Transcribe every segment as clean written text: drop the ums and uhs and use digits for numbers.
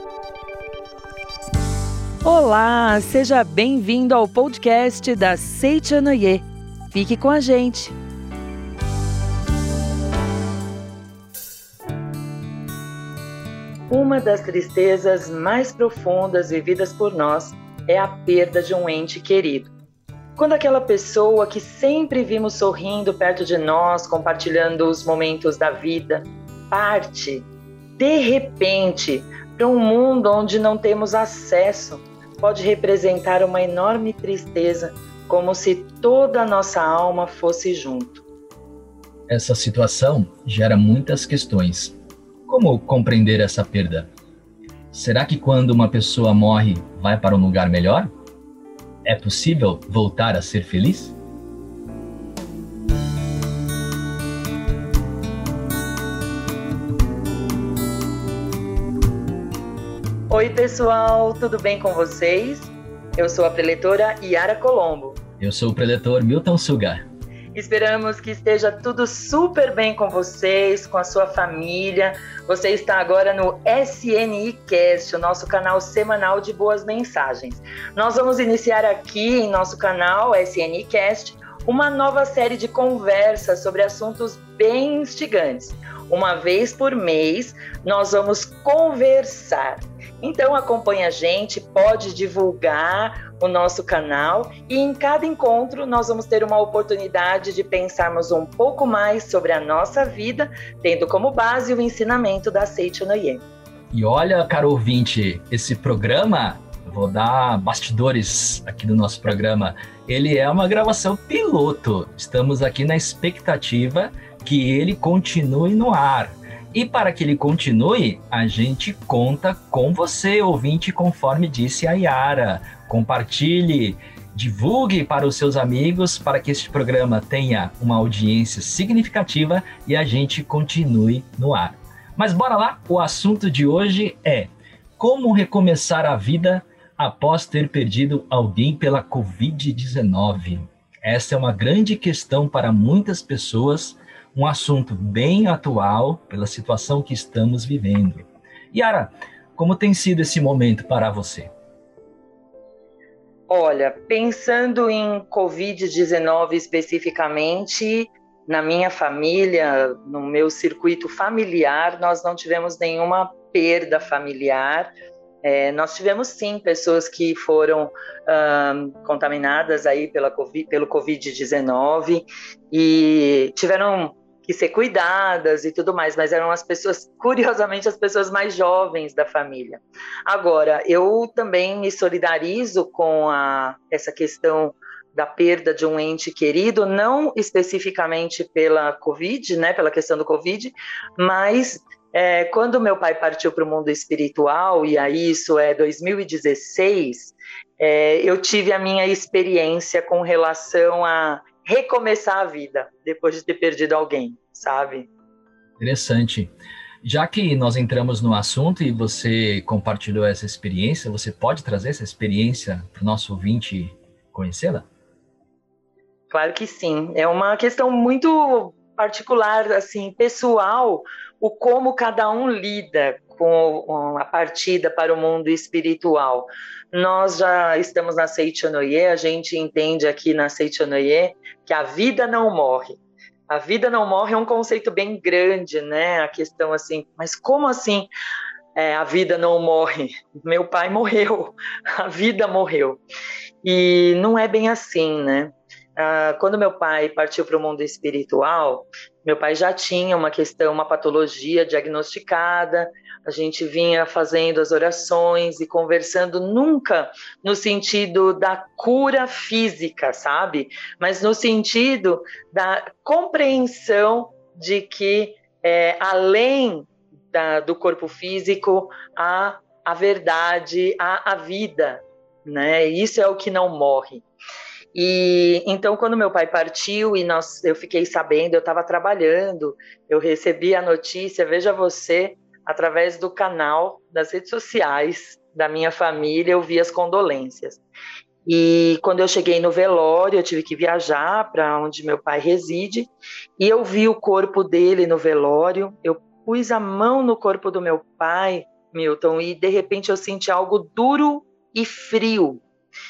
Olá, seja bem-vindo ao podcast da Seichanoye. Fique com a gente. Uma das tristezas mais profundas vividas por nós é a perda de um ente querido. Quando aquela pessoa que sempre vimos sorrindo perto de nós, compartilhando os momentos da vida, parte, de repente, para um mundo onde não temos acesso, pode representar uma enorme tristeza, como se toda a nossa alma fosse junto. Essa situação gera muitas questões. Como compreender essa perda? Será que quando uma pessoa morre, vai para um lugar melhor? É possível voltar a ser feliz? Oi pessoal, tudo bem com vocês? Eu sou a preletora Yara Colombo. Eu sou o preletor Milton Sugar. Esperamos que esteja tudo super bem com vocês, com a sua família. Você está agora no SNI Cast, o nosso canal semanal de boas mensagens. Nós vamos iniciar aqui em nosso canal SNI Cast uma nova série de conversas sobre assuntos bem instigantes. Uma vez por mês, nós vamos conversar. Então acompanhe a gente, pode divulgar o nosso canal e em cada encontro nós vamos ter uma oportunidade de pensarmos um pouco mais sobre a nossa vida, tendo como base o ensinamento da Seichanoye. E olha, caro ouvinte, esse programa, vou dar bastidores aqui do nosso programa, ele é uma gravação piloto. Estamos aqui na expectativa que ele continue no ar. E para que ele continue, a gente conta com você, ouvinte, conforme disse a Yara. Compartilhe, divulgue para os seus amigos para que este programa tenha uma audiência significativa e a gente continue no ar. Mas bora lá, o assunto de hoje é como recomeçar a vida após ter perdido alguém pela Covid-19. Essa é uma grande questão para muitas pessoas, um assunto bem atual pela situação que estamos vivendo. Yara, como tem sido esse momento para você? Olha, pensando em Covid-19 especificamente, na minha família, no meu circuito familiar, nós não tivemos nenhuma perda familiar. Nós tivemos sim pessoas que foram contaminadas aí pelo Covid-19 e tiveram que ser cuidadas e tudo mais, mas eram as pessoas, curiosamente, as pessoas mais jovens da família. Agora, eu também me solidarizo com essa questão da perda de um ente querido, não especificamente pela Covid, né, pela questão do Covid, mas quando meu pai partiu para o mundo espiritual, e aí isso é 2016, eu tive a minha experiência com relação a recomeçar a vida depois de ter perdido alguém, sabe? Interessante. Já que nós entramos no assunto e você compartilhou essa experiência, você pode trazer essa experiência para o nosso ouvinte conhecê-la? Claro que sim. É uma questão muito particular, assim, pessoal, o como cada um lida com a partida para o mundo espiritual. Nós já estamos na Seichanoye, a gente entende aqui na Seichanoye que a vida não morre. A vida não morre é um conceito bem grande, né? A questão assim, mas como assim a vida não morre? Meu pai morreu, a vida morreu. E não é bem assim, né? Quando meu pai partiu para o mundo espiritual, meu pai já tinha uma patologia diagnosticada, a gente vinha fazendo as orações e conversando, nunca no sentido da cura física, sabe? Mas no sentido da compreensão de que além do corpo físico, há a verdade, há a vida, né? Isso é o que não morre. E então, quando meu pai partiu e eu fiquei sabendo, eu estava trabalhando, eu recebi a notícia, veja você, através do canal das redes sociais da minha família, eu vi as condolências. E quando eu cheguei no velório, eu tive que viajar para onde meu pai reside, e eu vi o corpo dele no velório, eu pus a mão no corpo do meu pai, Milton, e de repente eu senti algo duro e frio.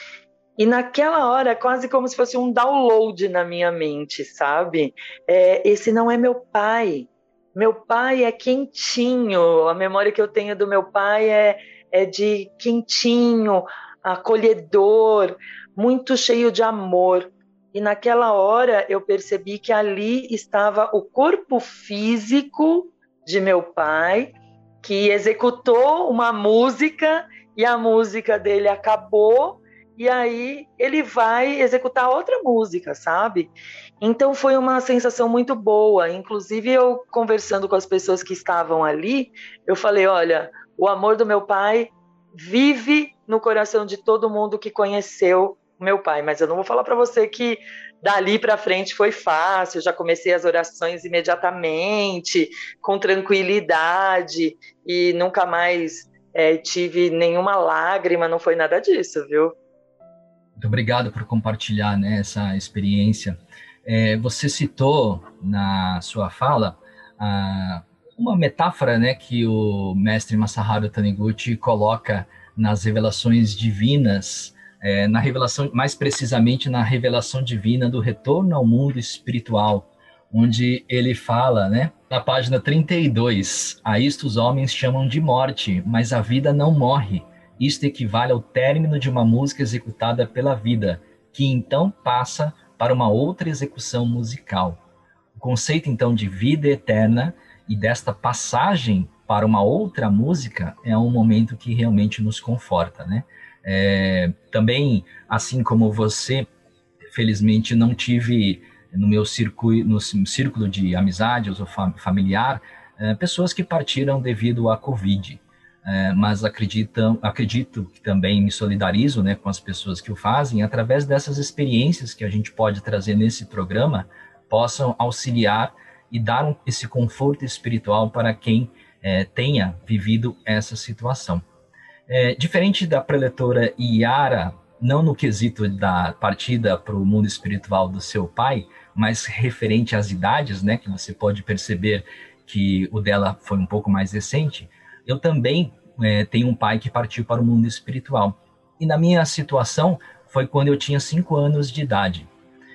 E naquela hora, quase como se fosse um download na minha mente, sabe? Esse não é meu pai. Meu pai é quentinho. A memória que eu tenho do meu pai é de quentinho, acolhedor, muito cheio de amor. E naquela hora eu percebi que ali estava o corpo físico de meu pai, que executou uma música e a música dele acabou, e aí ele vai executar outra música, sabe? Então foi uma sensação muito boa. Inclusive, eu conversando com as pessoas que estavam ali, eu falei: olha, o amor do meu pai vive no coração de todo mundo que conheceu o meu pai. Mas eu não vou falar para você que dali para frente foi fácil, já comecei as orações imediatamente, com tranquilidade, e nunca mais tive nenhuma lágrima, não foi nada disso, viu? Muito obrigado por compartilhar, né, essa experiência. Você citou na sua fala uma metáfora, né, que o mestre Masaharu Taniguchi coloca nas revelações divinas, na revelação, mais precisamente na revelação divina do retorno ao mundo espiritual, onde ele fala, né, na página 32, a isto os homens chamam de morte, mas a vida não morre. Isto equivale ao término de uma música executada pela vida, que então passa para uma outra execução musical. O conceito, então, de vida eterna e desta passagem para uma outra música é um momento que realmente nos conforta, né? Também, assim como você, felizmente não tive no meu círculo de amizades ou familiar, pessoas que partiram devido à Covid. Mas acredito que também me solidarizo, né, com as pessoas que o fazem, através dessas experiências que a gente pode trazer nesse programa, possam auxiliar e dar esse conforto espiritual para quem tenha vivido essa situação. Diferente da preletora Yara, não no quesito da partida para o mundo espiritual do seu pai, mas referente às idades, né, que você pode perceber que o dela foi um pouco mais recente, eu também tenho um pai que partiu para o mundo espiritual. E na minha situação foi quando eu tinha 5 anos de idade.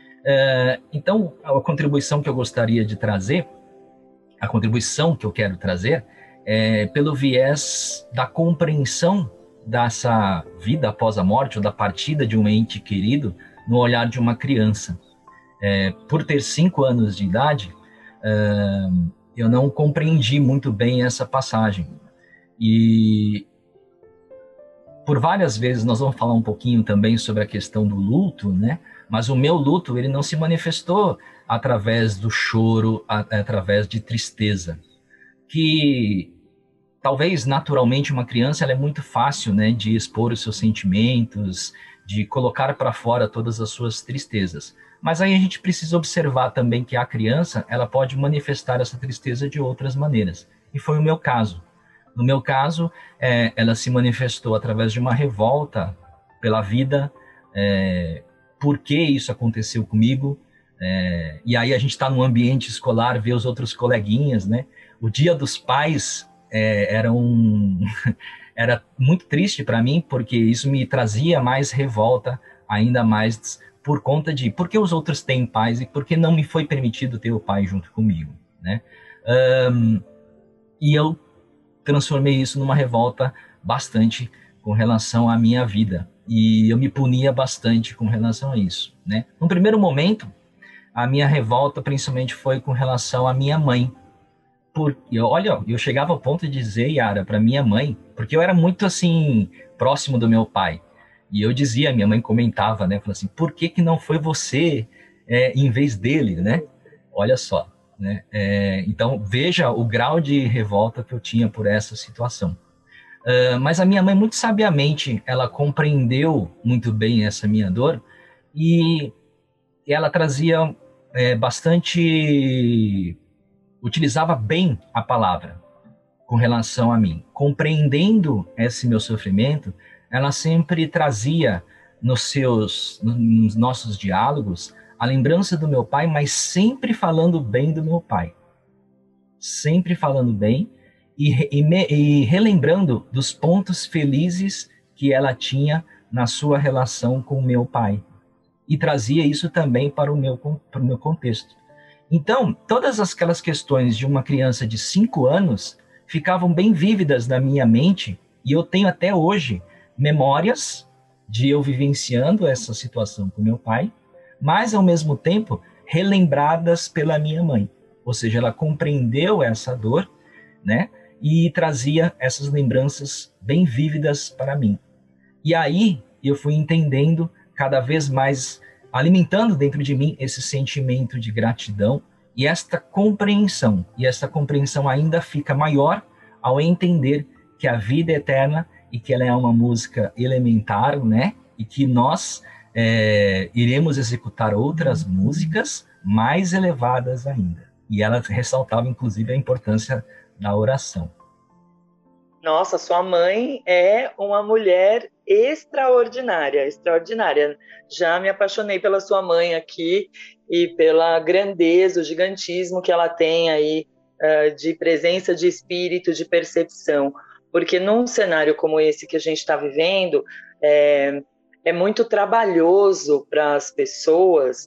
Então, a contribuição que eu gostaria de trazer, a contribuição que eu quero trazer, é pelo viés da compreensão dessa vida após a morte, ou da partida de um ente querido, no olhar de uma criança. Por ter 5 anos de idade, eu não compreendi muito bem essa passagem. E por várias vezes nós vamos falar um pouquinho também sobre a questão do luto, né? Mas o meu luto, ele não se manifestou através do choro, através de tristeza. Que talvez naturalmente uma criança ela é muito fácil, né, de expor os seus sentimentos, de colocar para fora todas as suas tristezas. Mas aí a gente precisa observar também que a criança ela pode manifestar essa tristeza de outras maneiras. E foi o meu caso. No meu caso, ela se manifestou através de uma revolta pela vida, por que isso aconteceu comigo, e aí a gente está no ambiente escolar, vê os outros coleguinhas, né? O Dia dos Pais era muito triste para mim, porque isso me trazia mais revolta, ainda mais por conta de por que os outros têm pais e por que não me foi permitido ter o pai junto comigo, né? E eu transformei isso numa revolta bastante com relação à minha vida. E eu me punia bastante com relação a isso, né? No primeiro momento, a minha revolta principalmente foi com relação à minha mãe. Porque, olha, eu chegava ao ponto de dizer, Yara, para minha mãe, porque eu era muito, assim, próximo do meu pai. E eu dizia, minha mãe comentava, né? Falava assim, por que não foi você em vez dele, né? Olha só. Né? Então, veja o grau de revolta que eu tinha por essa situação. Mas a minha mãe, muito sabiamente, ela compreendeu muito bem essa minha dor e ela trazia utilizava bem a palavra com relação a mim. Compreendendo esse meu sofrimento, ela sempre trazia nos nossos diálogos a lembrança do meu pai, mas sempre falando bem do meu pai. Sempre falando bem e relembrando dos pontos felizes que ela tinha na sua relação com o meu pai. E trazia isso também para o meu contexto. Então, todas aquelas questões de uma criança de 5 anos ficavam bem vívidas na minha mente, e eu tenho até hoje memórias de eu vivenciando essa situação com meu pai, mas, ao mesmo tempo, relembradas pela minha mãe. Ou seja, ela compreendeu essa dor, né? E trazia essas lembranças bem vívidas para mim. E aí, eu fui entendendo cada vez mais, alimentando dentro de mim esse sentimento de gratidão e esta compreensão. E essa compreensão ainda fica maior ao entender que a vida é eterna e que ela é uma música elementar, né? E que nós iremos executar outras músicas mais elevadas ainda. E ela ressaltava, inclusive, a importância da oração. Nossa, sua mãe é uma mulher extraordinária, extraordinária. Já me apaixonei pela sua mãe aqui e pela grandeza, o gigantismo que ela tem aí de presença de espírito, de percepção. Porque num cenário como esse que a gente está vivendo, é muito trabalhoso para as pessoas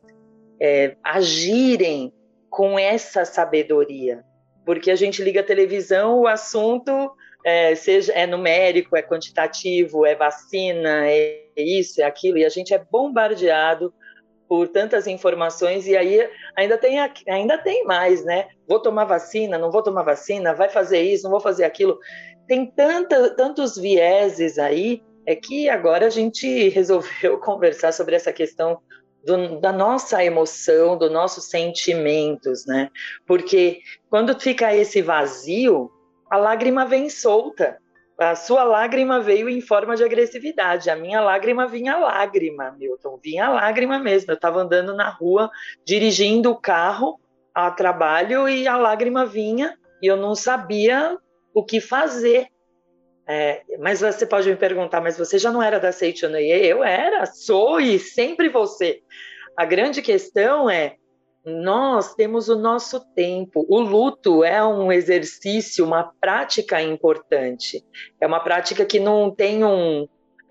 agirem com essa sabedoria. Porque a gente liga a televisão, o assunto é numérico, é quantitativo, é vacina, é isso, é aquilo, e a gente é bombardeado por tantas informações, e aí ainda tem mais, né? Vou tomar vacina, não vou tomar vacina, vai fazer isso, não vou fazer aquilo. Tem tantos vieses aí, que agora a gente resolveu conversar sobre essa questão da nossa emoção, dos nossos sentimentos, né? Porque quando fica esse vazio, a lágrima vem solta. A sua lágrima veio em forma de agressividade. A minha lágrima vinha lágrima, Milton. Vinha lágrima mesmo. Eu estava andando na rua, dirigindo o carro a trabalho e a lágrima vinha e eu não sabia o que fazer. Mas você pode me perguntar, mas você já não era da Seichonoye? Eu era, sou e sempre vou ser. A grande questão é, nós temos o nosso tempo. O luto é um exercício, uma prática importante. É uma prática que não tem um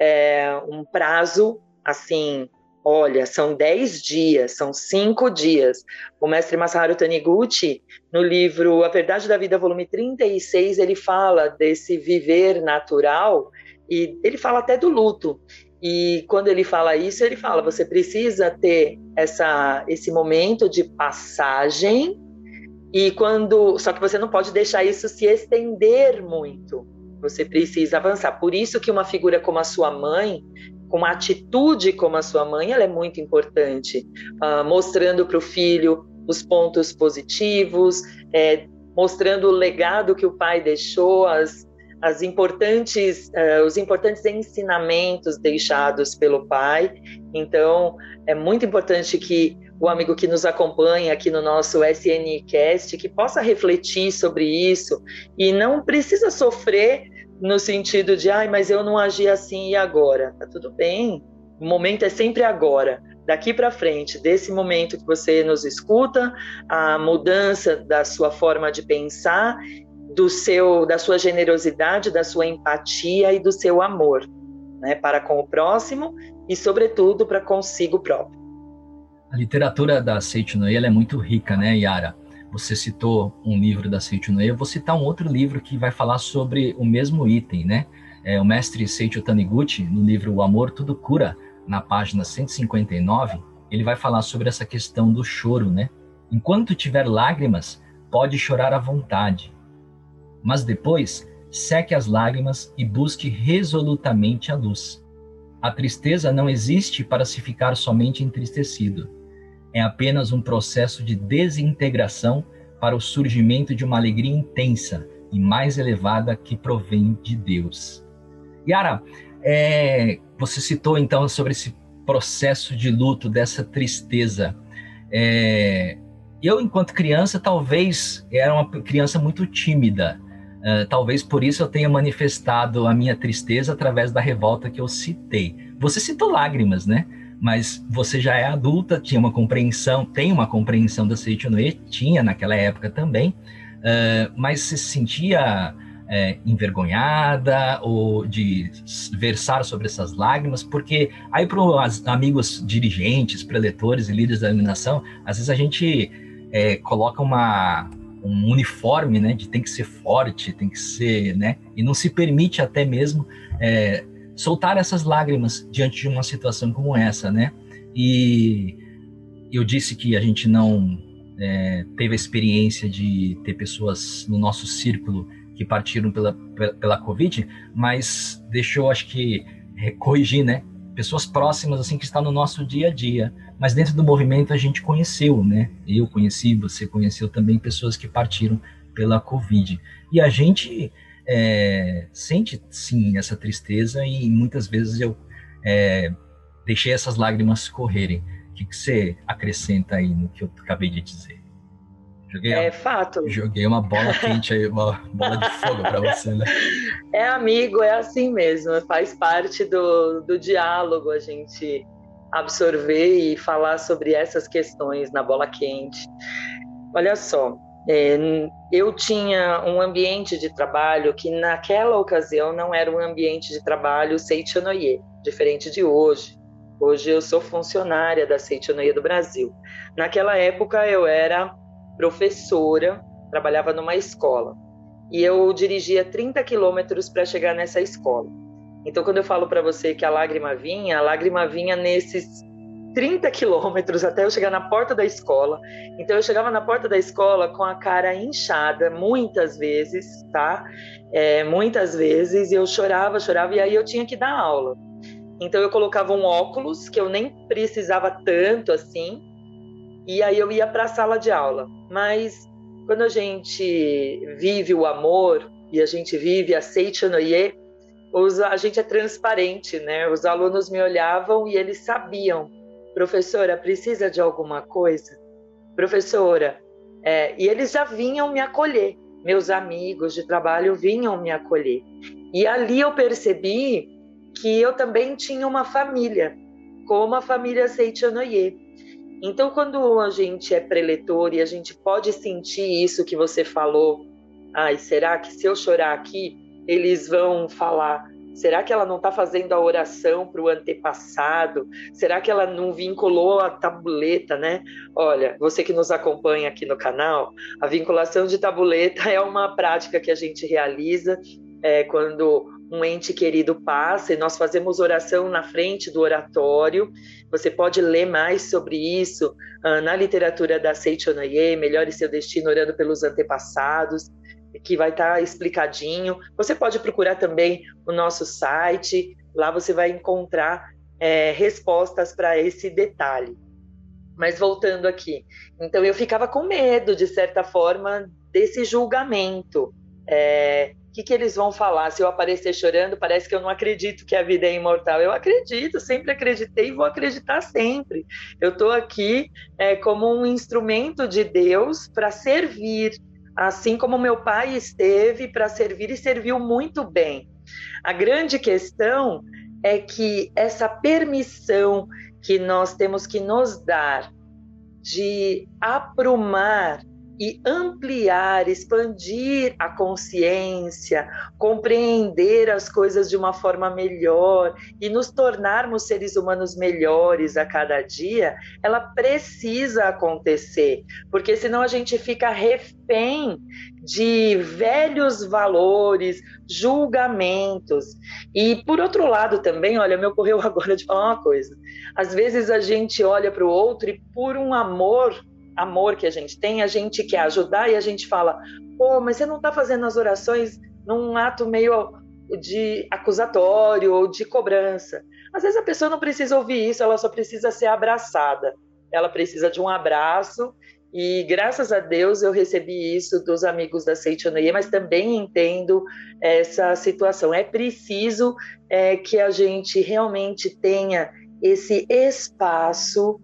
prazo assim, olha, são 10 dias, são 5 dias. O mestre Masaharu Taniguchi, no livro A Verdade da Vida, volume 36, ele fala desse viver natural e ele fala até do luto. E quando ele fala isso, ele fala, você precisa ter esse momento de passagem, só que você não pode deixar isso se estender muito. Você precisa avançar. Por isso que uma figura como a sua mãe, com uma atitude como a sua mãe, ela é muito importante, mostrando para o filho os pontos positivos, mostrando o legado que o pai deixou, os importantes ensinamentos deixados pelo pai. Então, é muito importante que o amigo que nos acompanha aqui no nosso SNCast, que possa refletir sobre isso e não precisa sofrer no sentido de, mas eu não agi assim e agora? Tá tudo bem, o momento é sempre agora. Daqui para frente, desse momento que você nos escuta, a mudança da sua forma de pensar, da sua generosidade, da sua empatia e do seu amor, né, para com o próximo e, sobretudo, para consigo próprio. A literatura da Seichonoye é muito rica, né, Yara? Você citou um livro da Seichonoye, eu vou citar um outro livro que vai falar sobre o mesmo item, né? O mestre Seicho Taniguchi, no livro O Amor Tudo Cura, na página 159, ele vai falar sobre essa questão do choro, né? Enquanto tiver lágrimas, pode chorar à vontade. Mas depois, seque as lágrimas e busque resolutamente a luz. A tristeza não existe para se ficar somente entristecido. É apenas um processo de desintegração para o surgimento de uma alegria intensa e mais elevada que provém de Deus. Yara, você citou então sobre esse processo de luto, dessa tristeza. Eu, enquanto criança, talvez era uma criança muito tímida. Talvez por isso eu tenha manifestado a minha tristeza através da revolta que eu citei. Você citou lágrimas, né? Mas você já é adulta, tem uma compreensão da Seichonoye, tinha naquela época também, mas se sentia envergonhada ou de versar sobre essas lágrimas, porque aí para os amigos dirigentes, preletores e líderes da iluminação, às vezes a gente coloca um uniforme, né, de tem que ser forte, tem que ser, né, e não se permite até mesmo soltar essas lágrimas diante de uma situação como essa, né? E eu disse que a gente não teve a experiência de ter pessoas no nosso círculo que partiram pela Covid, mas deixou, acho que, corrigir, né? Pessoas próximas, assim, que estão no nosso dia a dia. Mas dentro do movimento a gente conheceu, né? Eu conheci, você conheceu também pessoas que partiram pela Covid. E a gente sente, sim, essa tristeza e muitas vezes eu deixei essas lágrimas correrem. O que você acrescenta aí no que eu acabei de dizer? Fato. Joguei uma bola quente aí, uma bola de fogo para você, né? Amigo, é assim mesmo, faz parte do diálogo a gente absorver e falar sobre essas questões na bola quente. Olha só, eu tinha um ambiente de trabalho que naquela ocasião não era um ambiente de trabalho Seichonoye, diferente de hoje. Hoje eu sou funcionária da Seichonoye do Brasil. Naquela época eu era professora, trabalhava numa escola. E eu dirigia 30 quilômetros para chegar nessa escola. Então, quando eu falo para você que a lágrima vinha nesses 30 quilômetros até eu chegar na porta da escola. Então, eu chegava na porta da escola com a cara inchada, muitas vezes, tá? Muitas vezes, e eu chorava, e aí eu tinha que dar aula. Então, eu colocava um óculos, que eu nem precisava tanto assim, e aí eu ia para a sala de aula. Mas quando a gente vive o amor e a gente vive a Seichonoye, a gente é transparente, né? Os alunos me olhavam e eles sabiam, professora, precisa de alguma coisa? Professora, e eles já vinham me acolher, meus amigos de trabalho vinham me acolher. E ali eu percebi que eu também tinha uma família, como a família Seichonoye. Então, quando a gente é preletor e a gente pode sentir isso que você falou, será que se eu chorar aqui, eles vão falar, será que ela não está fazendo a oração para o antepassado? Será que ela não vinculou a tabuleta, né? Olha, você que nos acompanha aqui no canal, a vinculação de tabuleta é uma prática que a gente realiza quando um ente querido passa e nós fazemos oração na frente do oratório. Você pode ler mais sobre isso na literatura da Seichonoye, Melhore Seu Destino Orando pelos Antepassados, que vai estar explicadinho. Você pode procurar também o nosso site, lá você vai encontrar respostas para esse detalhe. Mas voltando aqui, então eu ficava com medo, de certa forma, desse julgamento. O que eles vão falar? Se eu aparecer chorando, parece que eu não acredito que a vida é imortal. Eu acredito, sempre acreditei e vou acreditar sempre. Eu estou aqui como um instrumento de Deus para servir, assim como meu pai esteve para servir e serviu muito bem. A grande questão é que essa permissão que nós temos que nos dar de aprumar e ampliar, expandir a consciência, compreender as coisas de uma forma melhor e nos tornarmos seres humanos melhores a cada dia, ela precisa acontecer, porque senão a gente fica refém de velhos valores, julgamentos. E por outro lado também, olha, me ocorreu agora de falar uma coisa, às vezes a gente olha para o outro e por um amor que a gente tem, a gente quer ajudar e a gente fala, mas você não está fazendo as orações num ato meio de acusatório ou de cobrança. Às vezes a pessoa não precisa ouvir isso, ela só precisa ser abraçada. Ela precisa de um abraço e graças a Deus eu recebi isso dos amigos da Seichonoye, mas também entendo essa situação. É preciso que a gente realmente tenha esse espaço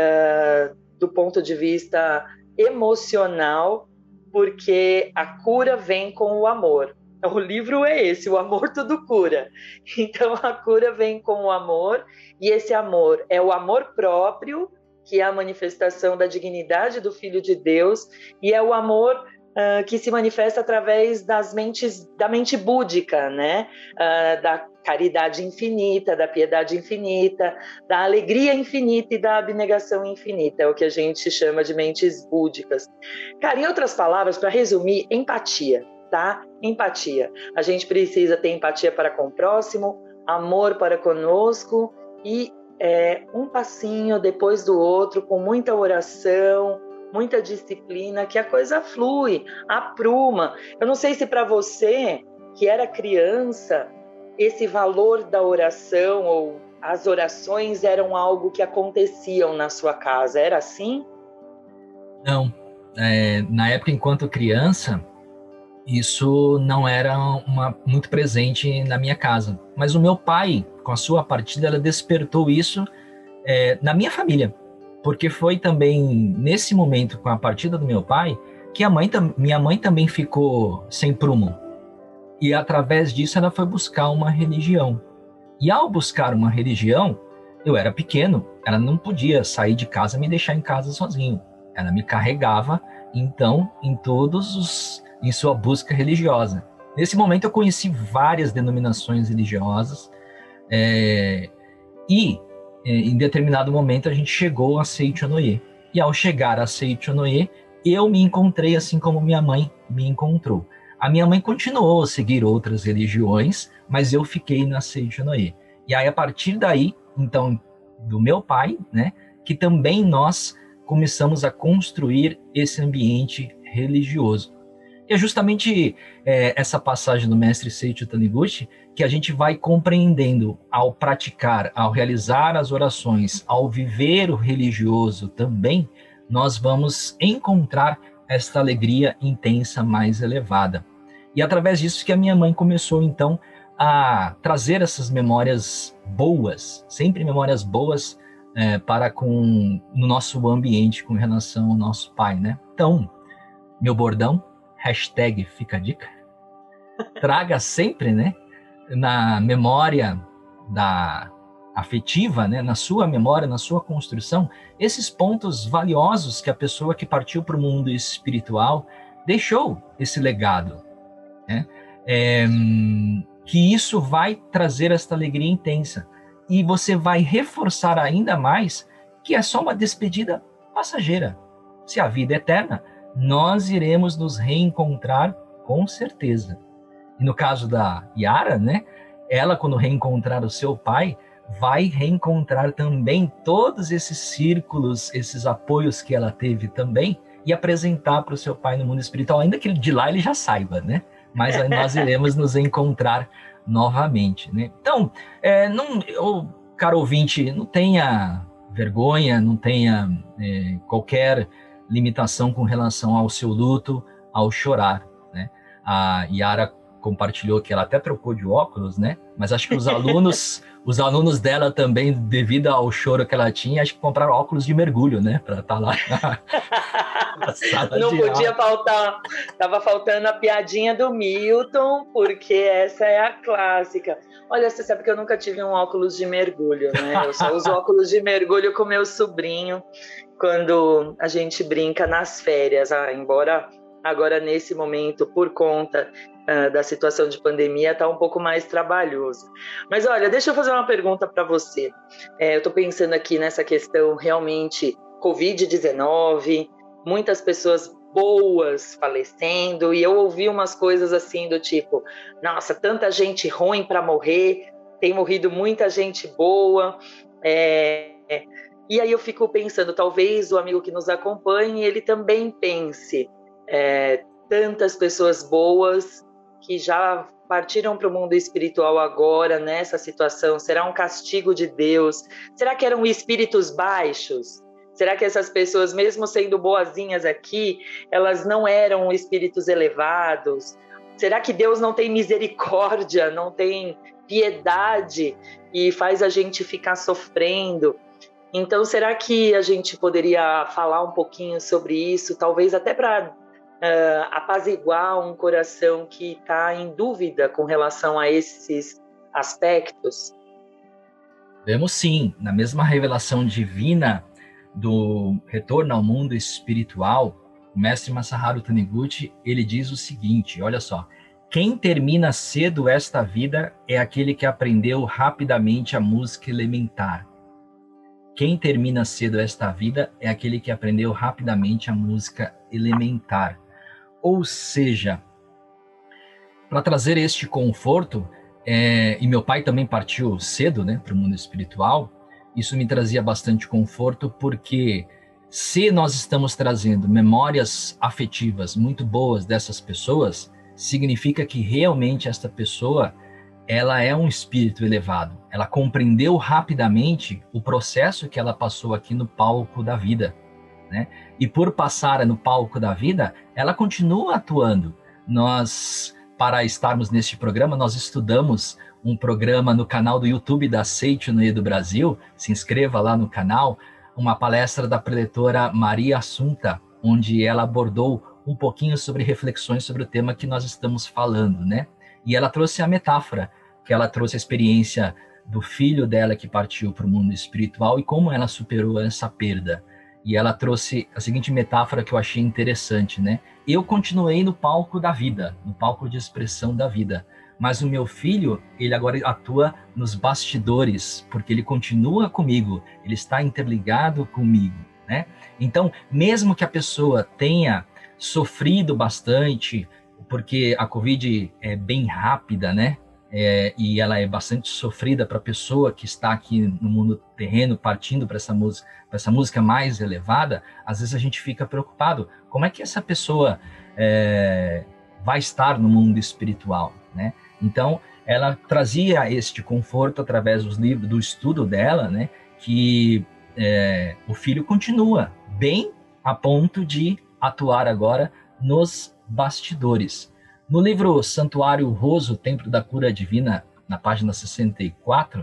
do ponto de vista emocional, porque a cura vem com o amor. O livro é esse, o amor tudo cura. Então a cura vem com o amor, e esse amor é o amor próprio, que é a manifestação da dignidade do Filho de Deus, e é o amor que se manifesta através da mente búdica, né? Da caridade infinita, da piedade infinita, da alegria infinita e da abnegação infinita, é o que a gente chama de mentes búdicas. Cara, em outras palavras, para resumir, empatia, tá? Empatia. A gente precisa ter empatia para com o próximo, amor para conosco e um passinho depois do outro, com muita oração, muita disciplina, que a coisa flui, apruma. Eu não sei se para você, que era criança, esse valor da oração ou as orações eram algo que aconteciam na sua casa. Era assim? Não. Na época, enquanto criança, isso não era muito presente na minha casa. Mas o meu pai, com a sua partida, ela despertou isso na minha família. Porque foi também nesse momento, com a partida do meu pai, que minha mãe também ficou sem prumo. E através disso ela foi buscar uma religião. E ao buscar uma religião, eu era pequeno, ela não podia sair de casa e me deixar em casa sozinho. Ela me carregava, então, em sua busca religiosa. Nesse momento eu conheci várias denominações religiosas, e em determinado momento a gente chegou a Seichonoye. E ao chegar a Seichonoye, eu me encontrei assim como minha mãe me encontrou. A minha mãe continuou a seguir outras religiões, mas eu fiquei na Seichonoye. E aí, a partir daí, então, do meu pai, né, que também nós começamos a construir esse ambiente religioso. E é justamente essa passagem do mestre Seiichi Taniguchi que a gente vai compreendendo ao praticar, ao realizar as orações, ao viver o religioso também, nós vamos encontrar esta alegria intensa mais elevada. E através disso que a minha mãe começou, então, a trazer essas memórias boas, sempre memórias boas no nosso ambiente com relação ao nosso pai, né? Então, meu bordão, hashtag fica a dica, traga sempre, né, na memória afetiva, né, na sua memória, na sua construção, esses pontos valiosos que a pessoa que partiu para o mundo espiritual deixou esse legado, né? Que isso vai trazer esta alegria intensa e você vai reforçar ainda mais que é só uma despedida passageira. Se a vida é eterna, nós iremos nos reencontrar com certeza. E no caso da Yara, né, ela, quando reencontrar o seu pai, vai reencontrar também todos esses círculos, esses apoios que ela teve também, e apresentar para o seu pai no mundo espiritual, ainda que de lá ele já saiba, né? Mas aí nós iremos nos encontrar novamente, né? Então, caro ouvinte, não tenha vergonha, não tenha qualquer limitação com relação ao seu luto, ao chorar, né? A Yara compartilhou que ela até trocou de óculos, né? Mas acho que os alunos dela também, devido ao choro que ela tinha, acho que compraram óculos de mergulho, né? Para estar lá na sala não de podia aula. faltar, tava faltando a piadinha do Milton, porque essa é a clássica. Olha, você sabe que eu nunca tive um óculos de mergulho, né? Eu só uso óculos de mergulho com meu sobrinho quando a gente brinca nas férias, embora agora nesse momento, por conta da situação de pandemia, está um pouco mais trabalhoso. Mas olha, deixa eu fazer uma pergunta para você. Eu estou pensando aqui nessa questão realmente Covid-19, muitas pessoas boas falecendo, e eu ouvi umas coisas assim do tipo, nossa, tanta gente ruim para morrer, tem morrido muita gente boa, e aí eu fico pensando, talvez o amigo que nos acompanhe, ele também pense, tantas pessoas boas que já partiram para o mundo espiritual agora, nessa situação, será um castigo de Deus? Será que eram espíritos baixos? Será que essas pessoas, mesmo sendo boazinhas aqui, elas não eram espíritos elevados? Será que Deus não tem misericórdia, não tem piedade e faz a gente ficar sofrendo? Então, será que a gente poderia falar um pouquinho sobre isso, talvez até para apaziguar um coração que está em dúvida com relação a esses aspectos? Vemos sim, na mesma revelação divina do retorno ao mundo espiritual, o mestre Masaharu Taniguchi, ele diz o seguinte, olha só: quem termina cedo esta vida é aquele que aprendeu rapidamente a música elementar. Quem termina cedo esta vida é aquele que aprendeu rapidamente a música elementar. Ou seja, para trazer este conforto, e meu pai também partiu cedo, né, para o mundo espiritual, isso me trazia bastante conforto, porque se nós estamos trazendo memórias afetivas muito boas dessas pessoas, significa que realmente esta pessoa, ela é um espírito elevado. Ela compreendeu rapidamente o processo que ela passou aqui no palco da vida, né? E por passar no palco da vida, ela continua atuando. Nós, para estarmos neste programa, nós estudamos um programa no canal do YouTube da Seicho no do Brasil. Se inscreva lá no canal. Uma palestra da preletora Maria Assunta, onde ela abordou um pouquinho sobre reflexões sobre o tema que nós estamos falando, né? E ela trouxe a metáfora, que ela trouxe a experiência do filho dela que partiu para o mundo espiritual e como ela superou essa perda. E ela trouxe a seguinte metáfora que eu achei interessante, né? Eu continuei no palco da vida, no palco de expressão da vida, mas o meu filho, ele agora atua nos bastidores, porque ele continua comigo, ele está interligado comigo, né? Então, mesmo que a pessoa tenha sofrido bastante, porque a Covid é bem rápida, né? E ela é bastante sofrida para a pessoa que está aqui no mundo terreno, partindo para essa música mais elevada. Às vezes a gente fica preocupado, como é que essa pessoa vai estar no mundo espiritual, né? Então, ela trazia este conforto através dos livros, do estudo dela, né? Que o filho continua bem a ponto de atuar agora nos bastidores. No livro Santuário Roso, Templo da Cura Divina, na página 64,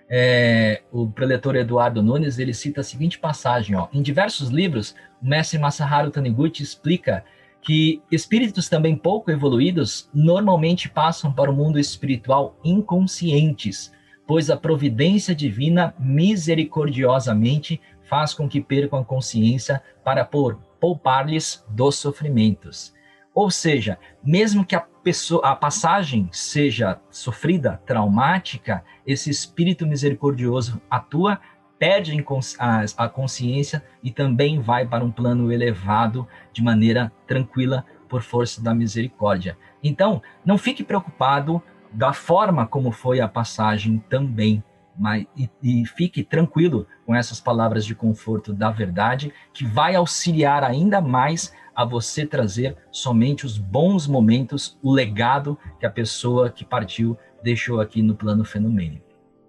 o preletor Eduardo Nunes, ele cita a seguinte passagem, ó: em diversos livros, o mestre Masaharu Taniguchi explica que espíritos também pouco evoluídos normalmente passam para o mundo espiritual inconscientes, pois a providência divina misericordiosamente faz com que percam a consciência para poupar-lhes dos sofrimentos. Ou seja, mesmo que a passagem seja sofrida, traumática, esse espírito misericordioso atua, perde a consciência e também vai para um plano elevado de maneira tranquila por força da misericórdia. Então, não fique preocupado da forma como foi a passagem também, e fique tranquilo com essas palavras de conforto da verdade, que vai auxiliar ainda mais a você trazer somente os bons momentos, o legado que a pessoa que partiu deixou aqui no plano fenomênico.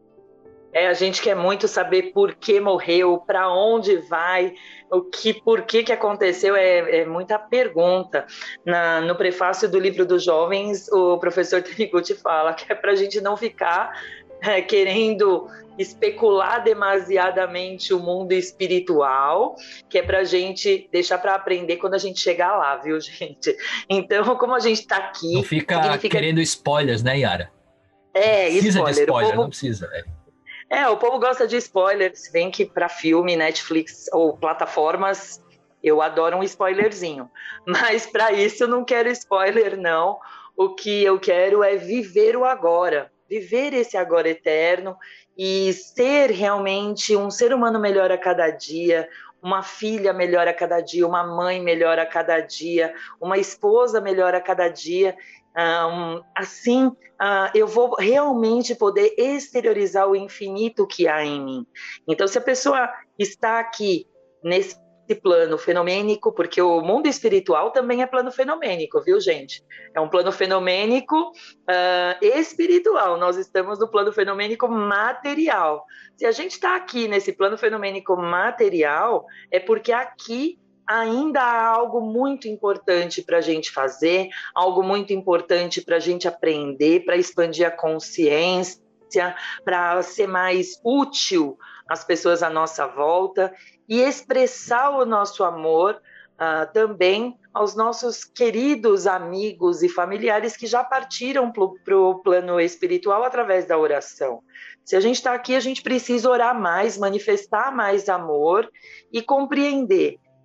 A gente quer muito saber por que morreu, para onde vai, por que aconteceu, é muita pergunta. No prefácio do livro dos jovens, o professor Taniguchi fala que é para a gente não ficar querendo especular demasiadamente o mundo espiritual, que é para a gente deixar para aprender quando a gente chegar lá, viu, gente? Então, como a gente está aqui... Não fica querendo spoilers, né, Yara? Precisa spoiler. De spoiler, não precisa. O povo gosta de spoiler, se bem que para filme, Netflix ou plataformas, eu adoro um spoilerzinho. Mas para isso eu não quero spoiler, não. O que eu quero é viver o agora, viver esse agora eterno e ser realmente um ser humano melhor a cada dia, uma filha melhor a cada dia, uma mãe melhor a cada dia, uma esposa melhor a cada dia. Eu vou realmente poder exteriorizar o infinito que há em mim. Então, se a pessoa está aqui nesse plano fenomênico, porque o mundo espiritual também é plano fenomênico, viu, gente? É um plano fenomênico espiritual. Nós estamos no plano fenomênico material. Se a gente está aqui nesse plano fenomênico material, é porque aqui ainda há algo muito importante para a gente fazer, algo muito importante para a gente aprender, para expandir a consciência, para ser mais útil às pessoas à nossa volta e expressar o nosso amor também aos nossos queridos amigos e familiares que já partiram para o plano espiritual através da oração. Se a gente está aqui, a gente precisa orar mais, manifestar mais amor e compreender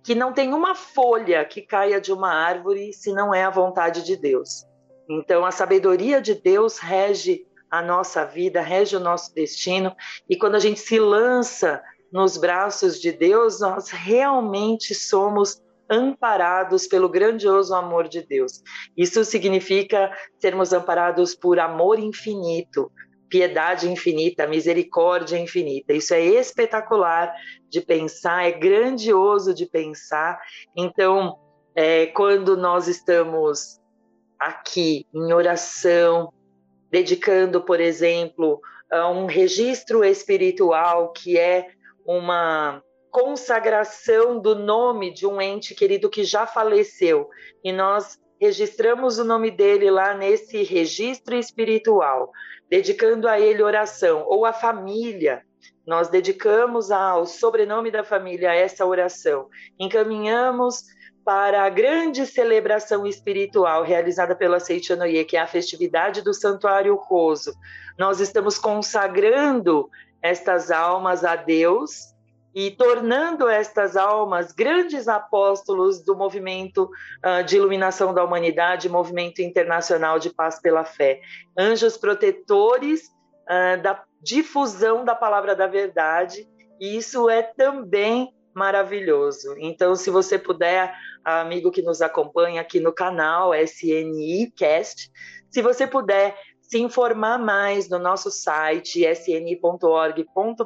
que não tem uma folha que caia de uma árvore se não é a vontade de Deus. Então, a sabedoria de Deus rege a nossa vida, rege o nosso destino, e quando a gente se lança nos braços de Deus, nós realmente somos amparados pelo grandioso amor de Deus. Isso significa sermos amparados por amor infinito, piedade infinita, misericórdia infinita. Isso é espetacular de pensar, é grandioso de pensar. Então, quando nós estamos aqui em oração, dedicando, por exemplo, a um registro espiritual que é uma consagração do nome de um ente querido que já faleceu, e nós registramos o nome dele lá nesse registro espiritual, dedicando a ele oração, ou a família, nós dedicamos ao sobrenome da família essa oração, encaminhamos para a grande celebração espiritual realizada pela Seichonoye, que é a festividade do Santuário Roso. Nós estamos consagrando estas almas a Deus e tornando estas almas grandes apóstolos do movimento de iluminação da humanidade, movimento internacional de paz pela fé. Anjos protetores da difusão da palavra da verdade, e isso é também maravilhoso. Então, se você puder, amigo que nos acompanha aqui no canal SNI Cast, se você puder se informar mais no nosso site sni.org.br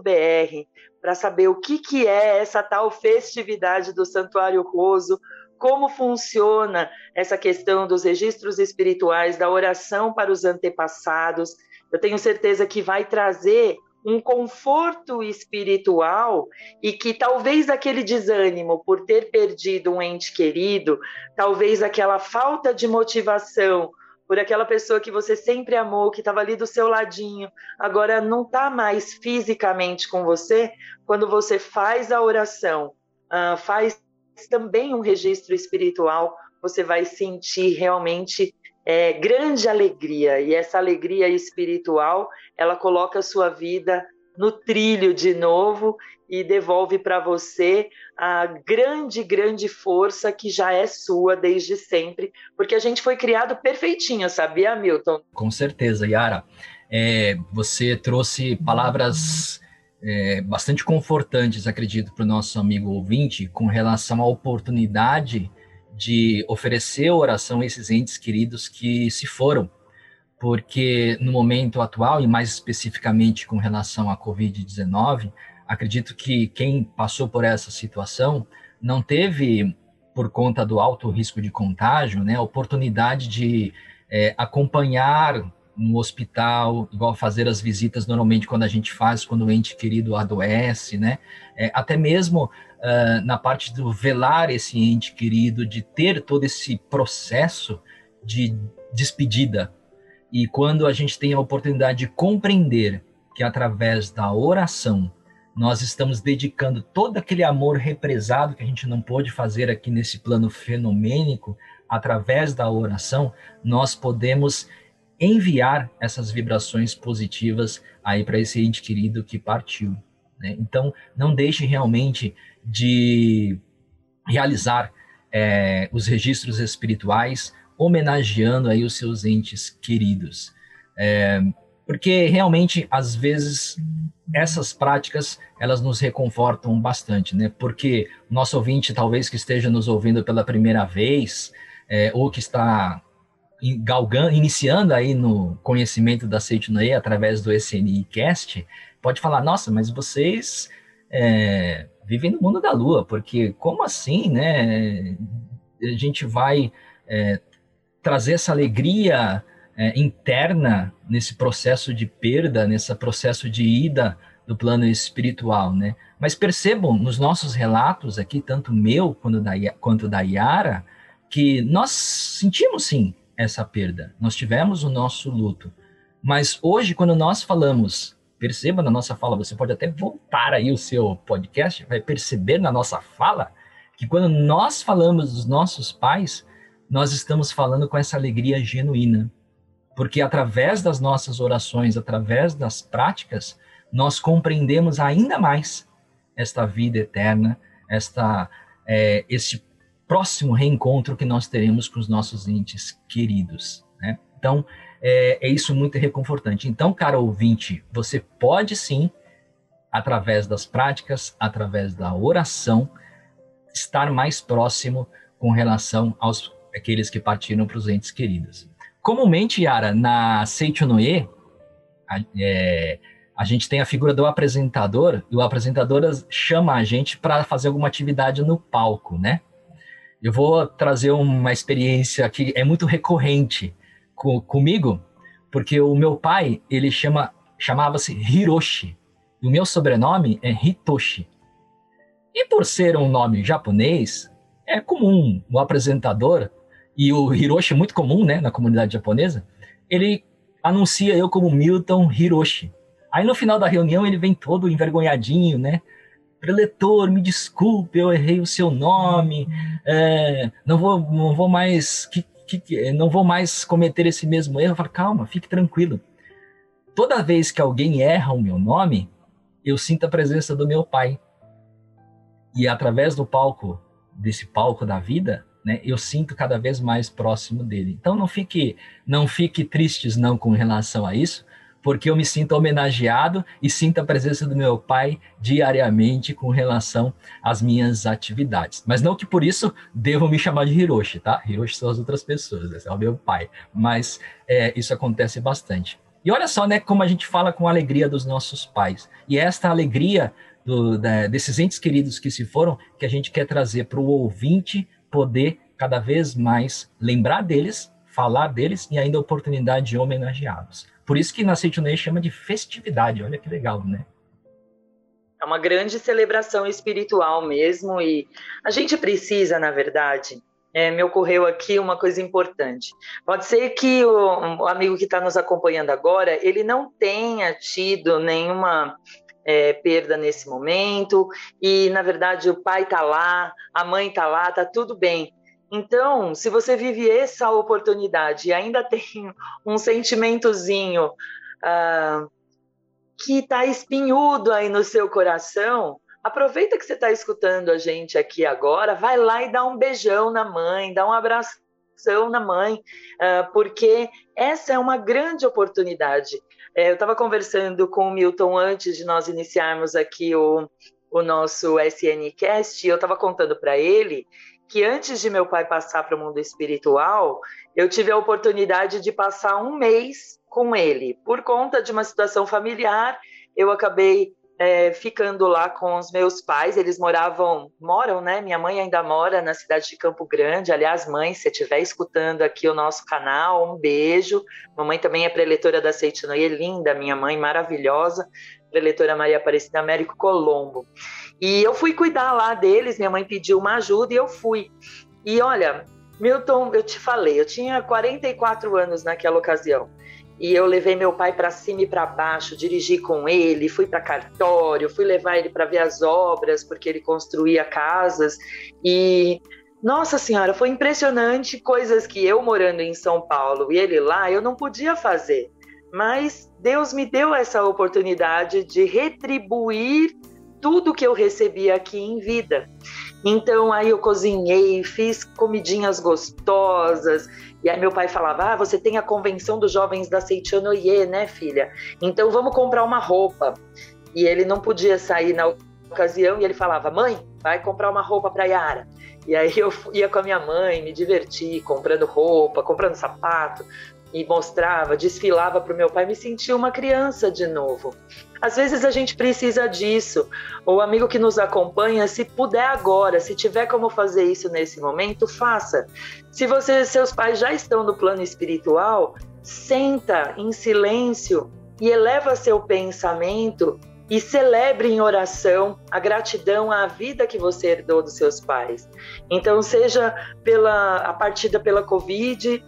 para saber o que é essa tal festividade do Santuário Roso, como funciona essa questão dos registros espirituais, da oração para os antepassados. Eu tenho certeza que vai trazer um conforto espiritual, e que talvez aquele desânimo por ter perdido um ente querido, talvez aquela falta de motivação por aquela pessoa que você sempre amou, que estava ali do seu ladinho, agora não está mais fisicamente com você, quando você faz a oração, faz também um registro espiritual, você vai sentir realmente grande alegria, e essa alegria espiritual, ela coloca a sua vida no trilho de novo e devolve para você a grande, grande força que já é sua desde sempre, porque a gente foi criado perfeitinho, sabia, Milton? Com certeza, Yara. Você trouxe palavras bastante confortantes, acredito, para o nosso amigo ouvinte, com relação à oportunidade de oferecer oração a esses entes queridos que se foram, porque no momento atual, e mais especificamente com relação à Covid-19, acredito que quem passou por essa situação não teve, por conta do alto risco de contágio, né, a oportunidade de acompanhar no hospital, igual fazer as visitas normalmente quando a gente faz, quando o ente querido adoece, né, até mesmo na parte do velar esse ente querido, de ter todo esse processo de despedida. E quando a gente tem a oportunidade de compreender que através da oração nós estamos dedicando todo aquele amor represado que a gente não pôde fazer aqui nesse plano fenomênico, através da oração, nós podemos enviar essas vibrações positivas aí para esse ente querido que partiu, né? Então, não deixe realmente de realizar os registros espirituais, homenageando aí os seus entes queridos. Porque realmente, às vezes, essas práticas, elas nos reconfortam bastante, né? Porque o nosso ouvinte, talvez que esteja nos ouvindo pela primeira vez, ou que está iniciando aí no conhecimento da Seichonoye através do SNI Cast, pode falar, nossa, mas vocês vivem no mundo da lua, porque como assim, né? A gente vai trazer essa alegria interna nesse processo de perda, nesse processo de ida do plano espiritual, né? Mas percebam nos nossos relatos aqui, tanto meu quanto da Yara, que nós sentimos sim essa perda, nós tivemos o nosso luto, mas hoje quando nós falamos, perceba na nossa fala, você pode até voltar aí o seu podcast, vai perceber na nossa fala, que quando nós falamos dos nossos pais, nós estamos falando com essa alegria genuína, porque através das nossas orações, através das práticas, nós compreendemos ainda mais esta vida eterna, esta esse próximo reencontro que nós teremos com os nossos entes queridos, né? Então, é isso muito reconfortante. Então, cara ouvinte, você pode sim, através das práticas, através da oração, estar mais próximo com relação aos aqueles que partiram para os entes queridos. Comumente, Yara, na Seichonoye, a gente tem a figura do apresentador, e o apresentador chama a gente para fazer alguma atividade no palco, né? Eu vou trazer uma experiência que é muito recorrente comigo, porque o meu pai, ele chamava-se Hiroshi, e o meu sobrenome é Hitoshi. E por ser um nome japonês, é comum o apresentador, e o Hiroshi é muito comum, né, na comunidade japonesa, ele anuncia eu como Milton Hiroshi. Aí no final da reunião ele vem todo envergonhadinho, né? Preletor, me desculpe, eu errei o seu nome, não vou mais cometer esse mesmo erro. Eu falo, calma, fique tranquilo. Toda vez que alguém erra o meu nome, eu sinto a presença do meu pai. E através desse palco da vida, né, eu sinto cada vez mais próximo dele. Então não fique tristes não com relação a isso, porque eu me sinto homenageado e sinto a presença do meu pai diariamente com relação às minhas atividades. Mas não que por isso devam me chamar de Hiroshi, tá? Hiroshi são as outras pessoas, esse é o meu pai. Mas isso acontece bastante. E olha só, né, como a gente fala com a alegria dos nossos pais. E esta alegria desses entes queridos que se foram, que a gente quer trazer para o ouvinte poder cada vez mais lembrar deles, falar deles e ainda a oportunidade de homenageá-los. Por isso que na Seichonoye chama de festividade, olha que legal, né? É uma grande celebração espiritual mesmo, e a gente precisa, na verdade, me ocorreu aqui uma coisa importante. Pode ser que o amigo que está nos acompanhando agora, ele não tenha tido nenhuma perda nesse momento, e na verdade o pai está lá, a mãe está lá, está tudo bem. Então, se você vive essa oportunidade e ainda tem um sentimentozinho que está espinhudo aí no seu coração, aproveita que você está escutando a gente aqui agora, vai lá e dá um beijão na mãe, dá um abração na mãe, porque essa é uma grande oportunidade. Eu estava conversando com o Milton antes de nós iniciarmos aqui o nosso SNcast, e eu estava contando para ele que antes de meu pai passar para o mundo espiritual, eu tive a oportunidade de passar um mês com ele. Por conta de uma situação familiar, eu acabei ficando lá com os meus pais. Eles moram, né? Minha mãe ainda mora na cidade de Campo Grande. Aliás, mãe, se você estiver escutando aqui o nosso canal, um beijo. Mamãe também é preletora da Seichonoye, linda, minha mãe, maravilhosa. Preletora Maria Aparecida Américo Colombo. E eu fui cuidar lá deles, minha mãe pediu uma ajuda e eu fui. E olha, Milton, eu te falei, eu tinha 44 anos naquela ocasião. E eu levei meu pai para cima e para baixo, dirigi com ele, fui para cartório, fui levar ele para ver as obras, porque ele construía casas. E, nossa senhora, foi impressionante, coisas que eu morando em São Paulo e ele lá, eu não podia fazer. Mas Deus me deu essa oportunidade de retribuir tudo que eu recebi aqui em vida. Então aí eu cozinhei, fiz comidinhas gostosas, e aí meu pai falava, você tem a convenção dos jovens da Seichonoye, né, filha? Então vamos comprar uma roupa. E ele não podia sair na ocasião, e ele falava, mãe, vai comprar uma roupa para Yara. E aí eu ia com a minha mãe, me diverti, comprando roupa, comprando sapato, e mostrava, desfilava para o meu pai, me sentia uma criança de novo. Às vezes a gente precisa disso. O amigo que nos acompanha, se puder agora, se tiver como fazer isso nesse momento, faça. Se seus pais já estão no plano espiritual, senta em silêncio e eleva seu pensamento e celebre em oração a gratidão à vida que você herdou dos seus pais. Então, seja a partida pela Covid-19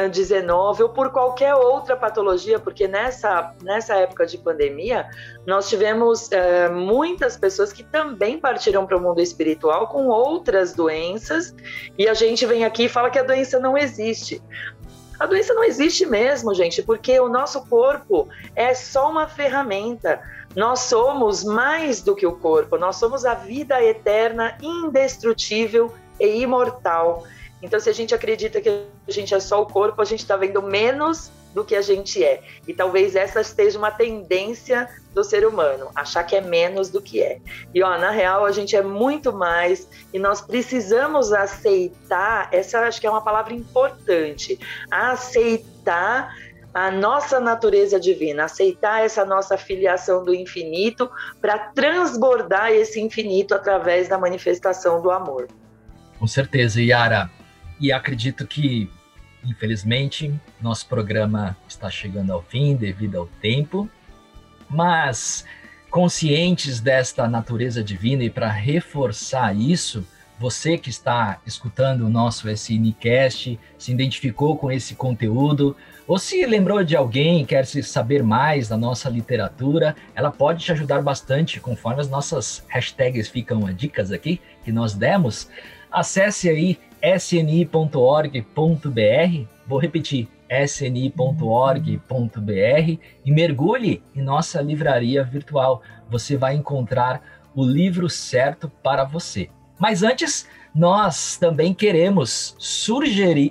ou por qualquer outra patologia, porque nessa época de pandemia, nós tivemos muitas pessoas que também partiram para o mundo espiritual com outras doenças, e a gente vem aqui e fala que a doença não existe. A doença não existe mesmo, gente, porque o nosso corpo é só uma ferramenta. Nós somos mais do que o corpo, nós somos a vida eterna, indestrutível e imortal. Então, se a gente acredita que a gente é só o corpo, a gente está vendo menos do que a gente é. E talvez essa seja uma tendência do ser humano, achar que é menos do que é. E, na real, a gente é muito mais e nós precisamos aceitar, essa acho que é uma palavra importante, aceitar a nossa natureza divina, aceitar essa nossa filiação do infinito para transbordar esse infinito através da manifestação do amor. Com certeza, Yara. E acredito que, infelizmente, nosso programa está chegando ao fim devido ao tempo, mas conscientes desta natureza divina e para reforçar isso, você que está escutando o nosso SNcast, se identificou com esse conteúdo, ou se lembrou de alguém e quer saber mais da nossa literatura, ela pode te ajudar bastante, conforme as nossas hashtags ficam dicas aqui, que nós demos. Acesse aí sni.org.br, vou repetir, sni.org.br e mergulhe em nossa livraria virtual. Você vai encontrar o livro certo para você. Mas antes, nós também queremos sugerir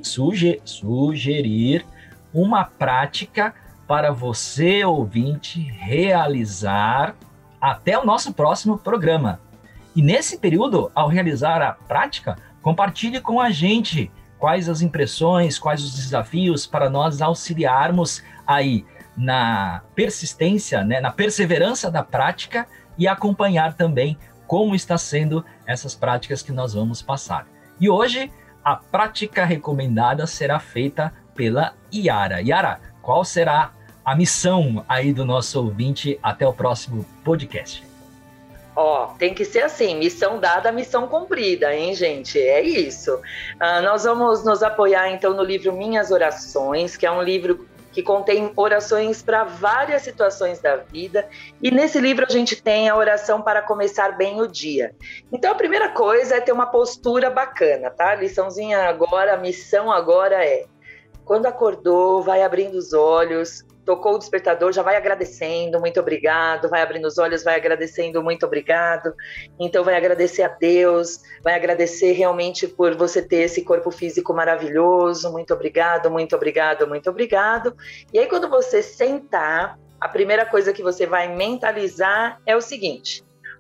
uma prática para você, ouvinte, realizar até o nosso próximo programa. E nesse período, ao realizar a prática, compartilhe com a gente quais as impressões, quais os desafios para nós auxiliarmos aí na persistência, né, na perseverança da prática e acompanhar também como está sendo essas práticas que nós vamos passar. E hoje, a prática recomendada será feita pela Yara. Yara, qual será a missão aí do nosso ouvinte até o próximo podcast? Tem que ser assim, missão dada, missão cumprida, hein, gente? É isso. Nós vamos nos apoiar, então, no livro Minhas Orações, que é um livro que contém orações para várias situações da vida. E nesse livro a gente tem a oração para começar bem o dia. Então, a primeira coisa é ter uma postura bacana, tá? A liçãozinha agora, a missão agora é: quando acordou, vai abrindo os olhos, tocou o despertador, já vai agradecendo, muito obrigado, vai abrindo os olhos, vai agradecendo, muito obrigado. Então vai agradecer a Deus, vai agradecer realmente por você ter esse corpo físico maravilhoso, muito obrigado, muito obrigado, muito obrigado. E aí quando você sentar, a primeira coisa que você vai mentalizar é o seguinte: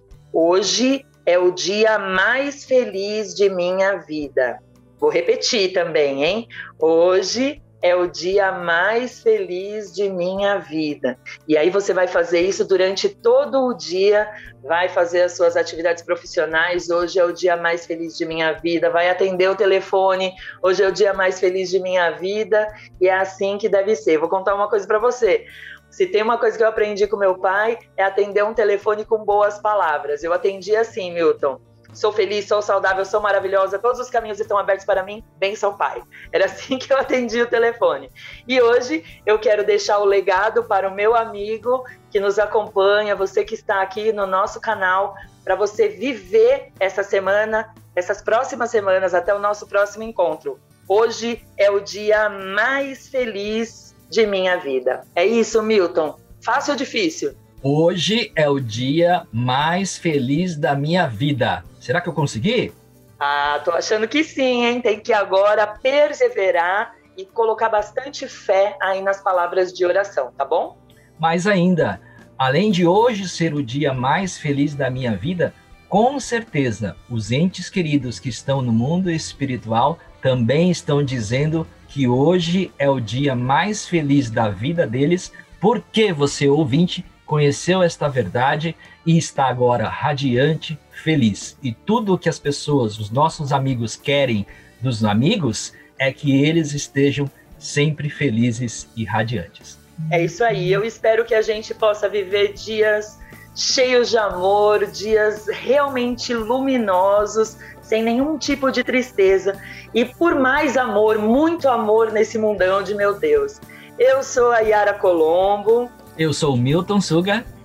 hoje é o dia mais feliz de minha vida. Vou repetir também, hein? Hoje é o dia mais feliz de minha vida. E aí você vai fazer isso durante todo o dia, vai fazer as suas atividades profissionais. Hoje é o dia mais feliz de minha vida. Vai atender o telefone. Hoje é o dia mais feliz de minha vida. E é assim que deve ser. Vou contar uma coisa para você. Se tem uma coisa que eu aprendi com meu pai, é atender um telefone com boas palavras. Eu atendi assim, Milton: sou feliz, sou saudável, sou maravilhosa, todos os caminhos estão abertos para mim, benção Pai. Era assim que eu atendi o telefone. E hoje eu quero deixar o legado para o meu amigo que nos acompanha, você que está aqui no nosso canal, para você viver essa semana, essas próximas semanas, até o nosso próximo encontro. Hoje é o dia mais feliz de minha vida. É isso, Milton. Fácil ou difícil? Hoje é o dia mais feliz da minha vida. Será que eu consegui? Tô achando que sim, hein? Tem que agora perseverar e colocar bastante fé aí nas palavras de oração, tá bom? Mais ainda, além de hoje ser o dia mais feliz da minha vida, com certeza os entes queridos que estão no mundo espiritual também estão dizendo que hoje é o dia mais feliz da vida deles, porque você, ouvinte, conheceu esta verdade e está agora radiante, feliz. E tudo o que as pessoas, os nossos amigos, querem dos amigos é que eles estejam sempre felizes e radiantes. É isso aí. Eu espero que a gente possa viver dias cheios de amor, dias realmente luminosos, sem nenhum tipo de tristeza. E por mais amor, muito amor nesse mundão de meu Deus. Eu sou a Yara Colombo. Eu sou o Milton Suga.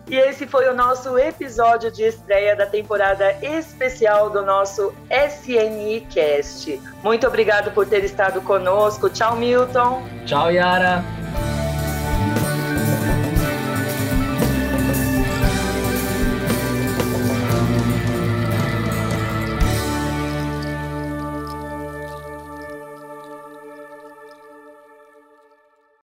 E esse foi o nosso episódio de estreia da temporada especial do nosso SNI Cast. Muito obrigado por ter estado conosco. Tchau, Milton. Tchau, Yara.